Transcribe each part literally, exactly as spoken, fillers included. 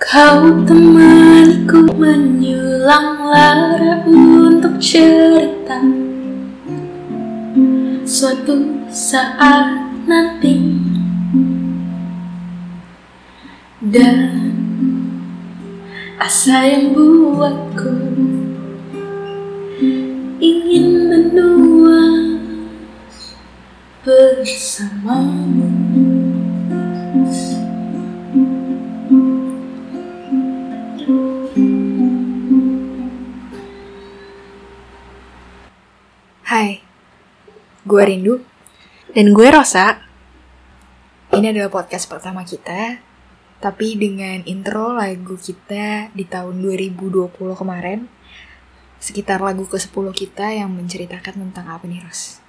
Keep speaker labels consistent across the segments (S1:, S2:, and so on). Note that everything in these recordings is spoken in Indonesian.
S1: Kau temaniku menyulang lara untuk cerita suatu saat nanti. Dan asa yang buatku ingin menua bersamamu.
S2: Hai, gue Rindu dan gue Rosa. Ini adalah podcast pertama kita, tapi dengan intro lagu kita di tahun dua ribu dua puluh kemarin, sekitar lagu kesepuluh kita yang menceritakan tentang apa nih, Ros?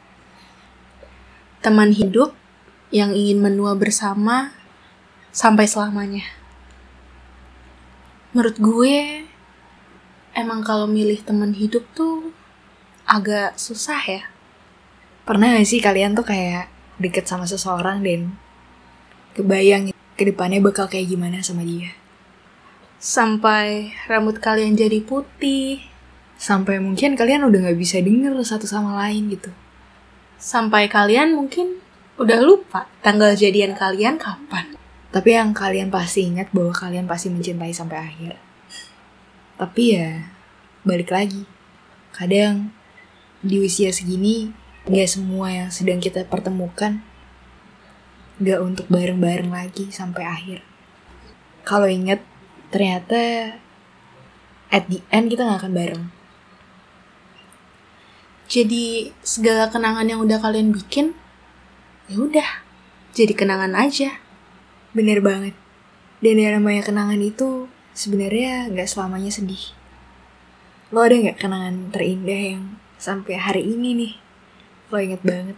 S1: Teman hidup yang ingin menua bersama sampai selamanya. Menurut gue, emang kalau milih teman hidup tuh agak susah ya.
S2: Pernah gak sih kalian tuh kayak deket sama seseorang dan kebayang ke depannya bakal kayak gimana sama dia?
S1: Sampai rambut kalian jadi putih,
S2: sampai mungkin kalian udah gak bisa denger satu sama lain gitu.
S1: Sampai kalian mungkin udah lupa tanggal jadian kalian kapan.
S2: Tapi yang kalian pasti ingat bahwa kalian pasti mencintai sampai akhir. Tapi ya balik lagi, kadang di usia segini gak semua yang sedang kita pertemukan gak untuk bareng-bareng lagi sampai akhir. Kalau inget, ternyata at the end kita gak akan bareng.
S1: Jadi segala kenangan yang udah kalian bikin, ya udah jadi kenangan aja.
S2: Bener banget. Dan yang namanya kenangan itu sebenarnya gak selamanya sedih. Lo ada gak kenangan terindah yang sampai hari ini nih lo inget banget?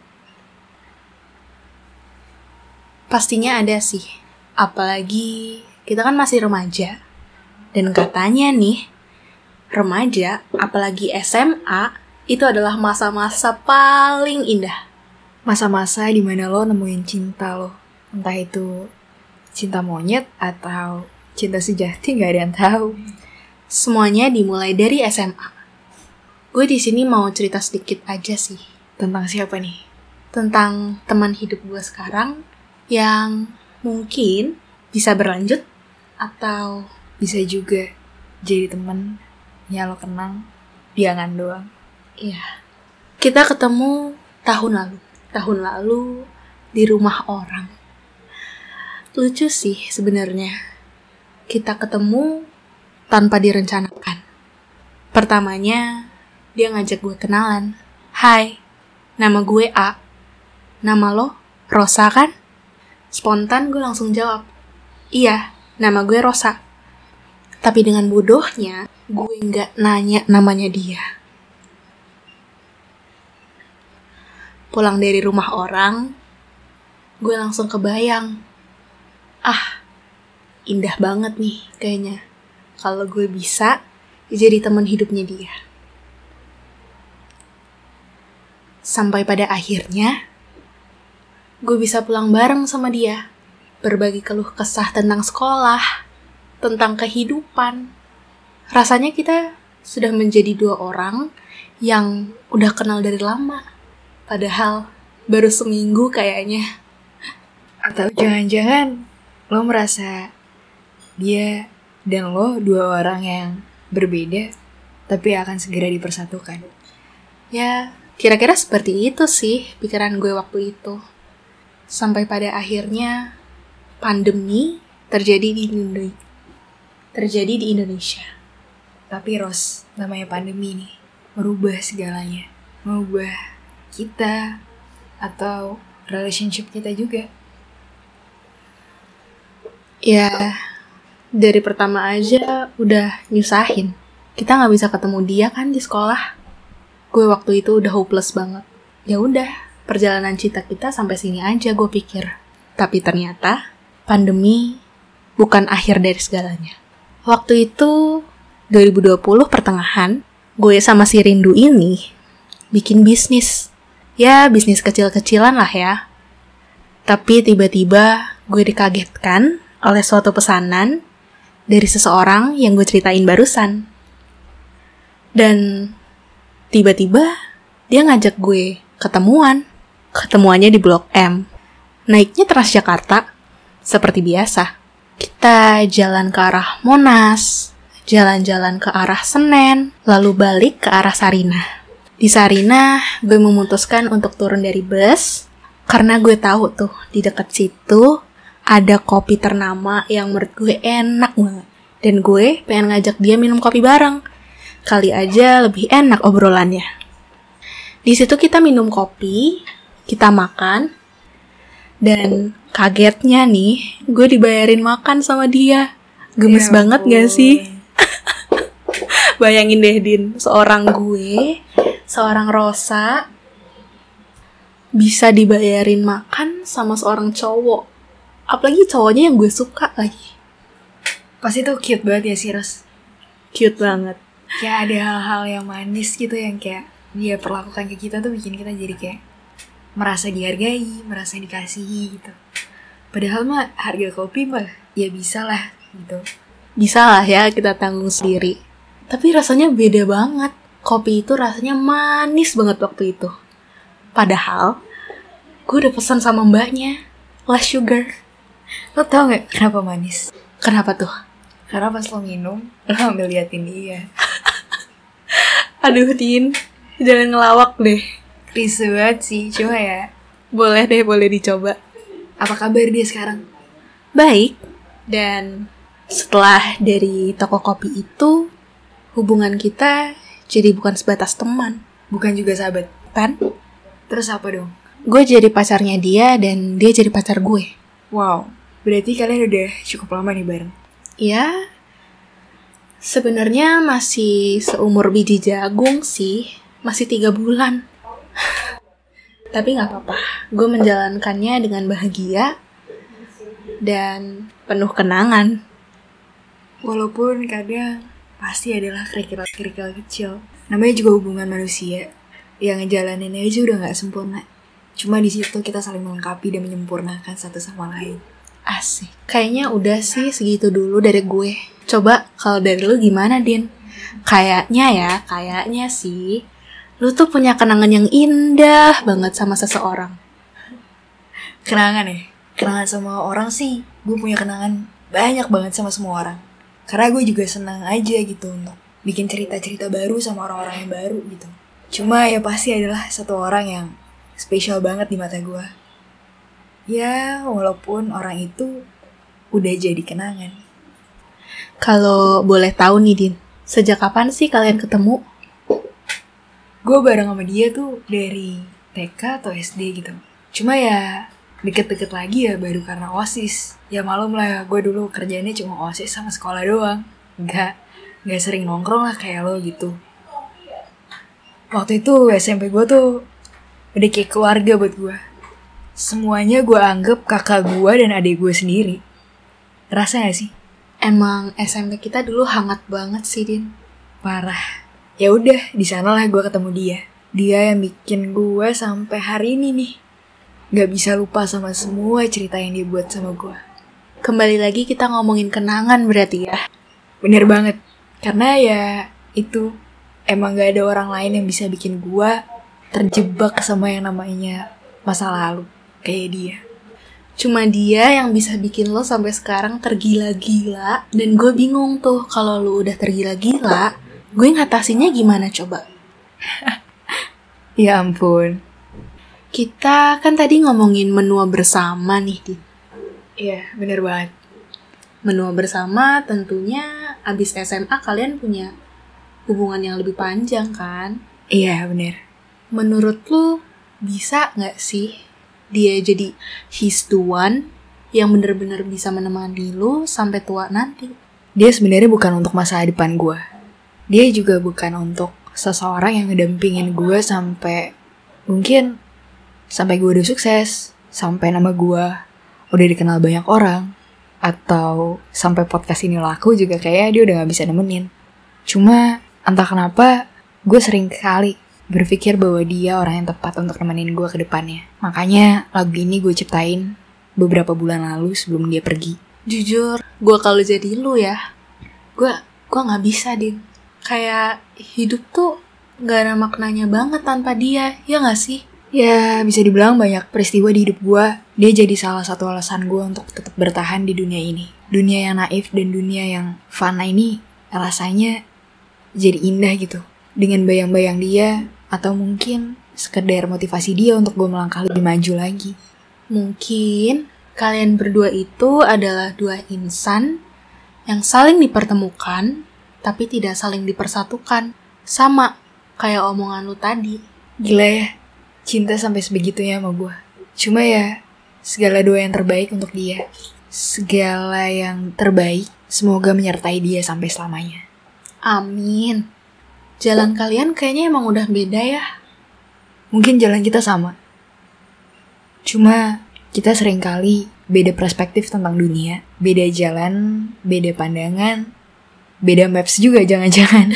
S1: Pastinya ada sih. Apalagi kita kan masih remaja. Dan katanya nih, remaja, apalagi S M A, itu adalah masa-masa paling indah.
S2: Masa-masa dimana lo nemuin cinta lo. Entah itu cinta monyet atau cinta sejati, gak ada yang tahu.
S1: Semuanya dimulai dari S M A. Gue di sini mau cerita sedikit aja sih.
S2: Tentang siapa nih?
S1: Tentang teman hidup gue sekarang yang mungkin bisa berlanjut atau
S2: bisa juga jadi temen yang lo kenang diangan doang.
S1: Iya. Kita ketemu tahun lalu. Tahun lalu di rumah orang. Lucu sih sebenarnya. Kita ketemu tanpa direncanakan. Pertamanya dia ngajak gue kenalan. Hai, nama gue A. Nama lo Rosa kan? Spontan gue langsung jawab, iya, nama gue Rosa. Tapi dengan bodohnya, gue gak nanya namanya dia. Pulang dari rumah orang, gue langsung kebayang, ah, indah banget nih kayaknya kalau gue bisa jadi teman hidupnya dia. Sampai pada akhirnya, gue bisa pulang bareng sama dia, berbagi keluh kesah tentang sekolah, tentang kehidupan. Rasanya kita sudah menjadi dua orang yang udah kenal dari lama, padahal baru seminggu kayaknya.
S2: Atau jangan-jangan lo merasa dia dan lo dua orang yang berbeda, tapi akan segera dipersatukan.
S1: Ya, kira-kira seperti itu sih pikiran gue waktu itu. Sampai pada akhirnya pandemi terjadi di Indonesia. Terjadi di Indonesia.
S2: Tapi Ros, namanya pandemi nih merubah segalanya. Merubah kita atau relationship kita juga.
S1: Ya, dari pertama aja udah nyusahin. Kita nggak bisa ketemu dia kan di sekolah. Gue waktu itu udah hopeless banget. Ya udah, perjalanan cinta kita sampai sini aja gue pikir. Tapi ternyata pandemi bukan akhir dari segalanya. Waktu itu dua ribu dua puluh pertengahan, gue sama si Rindu ini bikin bisnis. Ya, bisnis kecil-kecilan lah ya. Tapi tiba-tiba gue dikagetkan oleh suatu pesanan dari seseorang yang gue ceritain barusan. Dan tiba-tiba dia ngajak gue ketemuan. Ketemuannya di Blok M. Naiknya Transjakarta, seperti biasa. Kita jalan ke arah Monas, jalan-jalan ke arah Senen, lalu balik ke arah Sarinah. Di Sarinah, gue memutuskan untuk turun dari bus, karena gue tahu tuh, di dekat situ ada kopi ternama yang menurut gue enak banget. Dan gue pengen ngajak dia minum kopi bareng. Kali aja lebih enak obrolannya. Di situ kita minum kopi, kita makan, dan kagetnya nih, gue dibayarin makan sama dia. Gemes ya banget gak sih? Bayangin deh, Din, seorang gue, seorang Rosa, bisa dibayarin makan sama seorang cowok. Apalagi cowoknya yang gue suka lagi.
S2: Pasti tuh cute banget ya sih, Ros.
S1: Cute banget.
S2: Kayak ada hal-hal yang manis gitu yang kayak dia perlakukan ke kita tuh bikin kita jadi kayak merasa dihargai, merasa dikasihi gitu. Padahal mah harga kopi mah ya bisa lah gitu.
S1: Bisa lah ya kita tanggung sendiri. Tapi rasanya beda banget. Kopi itu rasanya manis banget waktu itu. Padahal gue udah pesan sama mbaknya less sugar.
S2: Lo tau gak kenapa manis?
S1: Kenapa tuh?
S2: Karena pas lo minum, lo ambil liatin dia.
S1: Aduh, Din, jangan ngelawak deh.
S2: Risu banget sih, cuma ya.
S1: Boleh deh, boleh dicoba.
S2: Apa kabar dia sekarang?
S1: Baik. Dan setelah dari toko kopi itu, hubungan kita jadi bukan sebatas teman.
S2: Bukan juga sahabat.
S1: Kan?
S2: Terus apa dong?
S1: Gue jadi pacarnya dia dan dia jadi pacar gue.
S2: Wow, berarti kalian udah cukup lama nih bareng?
S1: Ya, sebenarnya masih seumur biji jagung sih. Masih tiga bulan. Tapi gak apa-apa. Gue menjalankannya dengan bahagia dan penuh kenangan.
S2: Walaupun kadang pasti adalah kerikil-kerikil kecil. Namanya juga hubungan manusia. Yang ngejalaninnya aja udah gak sempurna. Cuma di situ kita saling melengkapi dan menyempurnakan satu sama lain.
S1: Asik. Kayaknya udah sih segitu dulu dari gue. Coba kalau dari lu gimana, Din? Kayaknya ya, kayaknya sih lu tuh punya kenangan yang indah banget sama seseorang.
S2: Kenangan ya? Kenangan sama orang sih, gue punya kenangan banyak banget sama semua orang. Karena gue juga senang aja gitu untuk bikin cerita-cerita baru sama orang-orang yang baru gitu. Cuma ya pasti adalah satu orang yang spesial banget di mata gue. Ya, walaupun orang itu udah jadi kenangan.
S1: Kalau boleh tahu nih, Din, sejak kapan sih kalian ketemu?
S2: Gue bareng sama dia tuh dari T K atau S D gitu. Cuma ya deket-deket lagi ya baru karena OSIS. Ya malum lah, gue dulu kerjanya cuma OSIS sama sekolah doang. Nggak, nggak sering nongkrong lah kayak lo gitu. Waktu itu S M P gue tuh udah kayak keluarga buat gue. Semuanya gue anggap kakak gue dan adik gue sendiri. Rasa gak sih?
S1: Emang S M P kita dulu hangat banget sih, Din.
S2: Parah. Ya udah, di sanalah gue ketemu dia. Dia yang bikin gue sampai hari ini nih gak bisa lupa sama semua cerita yang dia buat sama gue.
S1: Kembali lagi kita ngomongin kenangan berarti ya.
S2: Bener banget. Karena ya itu emang gak ada orang lain yang bisa bikin gue terjebak sama yang namanya masa lalu kayak dia.
S1: Cuma dia yang bisa bikin lo sampai sekarang tergila-gila. Dan gue bingung tuh kalau lo udah tergila-gila, gue ngatasinnya gimana coba?
S2: Ya ampun.
S1: Kita kan tadi ngomongin menua bersama nih, Din.
S2: Iya, bener banget.
S1: Menua bersama tentunya abis S M A kalian punya hubungan yang lebih panjang kan?
S2: Iya, bener.
S1: Menurut lu bisa gak sih dia jadi his the one yang bener-bener bisa menemani lu sampai tua nanti?
S2: Dia sebenarnya bukan untuk masa depan gue. Dia juga bukan untuk seseorang yang ngedampingin gue sampai mungkin sampai gue udah sukses, sampai nama gue udah dikenal banyak orang, atau sampai podcast ini laku juga kayaknya dia udah gak bisa nemenin. Cuma entah kenapa gue sering kali berpikir bahwa dia orang yang tepat untuk nemenin gue ke depannya. Makanya lagu ini gue ciptain beberapa bulan lalu sebelum dia pergi.
S1: Jujur, gue kalau jadi lu ya, Gue gue nggak bisa, Din. Kayak hidup tuh nggak ada maknanya banget tanpa dia, ya nggak sih?
S2: Ya, bisa dibilang banyak peristiwa di hidup gue. Dia jadi salah satu alasan gue untuk tetap bertahan di dunia ini. Dunia yang naif dan dunia yang fana ini rasanya jadi indah gitu. Dengan bayang-bayang dia, atau mungkin sekedar motivasi dia untuk gue melangkah lebih maju lagi.
S1: Mungkin kalian berdua itu adalah dua insan yang saling dipertemukan, tapi tidak saling dipersatukan. Sama kayak omongan lu tadi.
S2: Gila ya, cinta sampai sebegitunya sama gue. Cuma ya, segala doa yang terbaik untuk dia. Segala yang terbaik, semoga menyertai dia sampai selamanya.
S1: Amin. Jalan kalian kayaknya emang udah beda ya.
S2: Mungkin jalan kita sama. Cuma kita seringkali beda perspektif tentang dunia. Beda jalan, beda pandangan, beda maps juga jangan-jangan.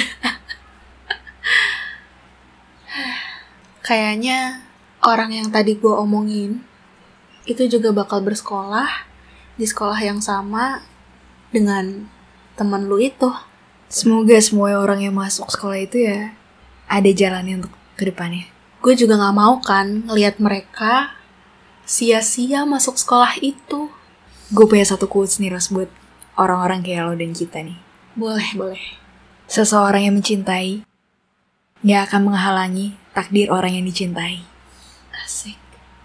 S1: Kayaknya orang yang tadi gue omongin itu juga bakal bersekolah di sekolah yang sama dengan teman lu itu.
S2: Semoga semua orang yang masuk sekolah itu ya ada jalannya untuk ke depannya.
S1: Gue juga gak mau kan ngelihat mereka sia-sia masuk sekolah itu.
S2: Gue punya satu quotes nih, Ros, buat orang-orang kayak lo dan kita nih.
S1: Boleh, boleh.
S2: Seseorang yang mencintai gak akan menghalangi takdir orang yang dicintai.
S1: Asik.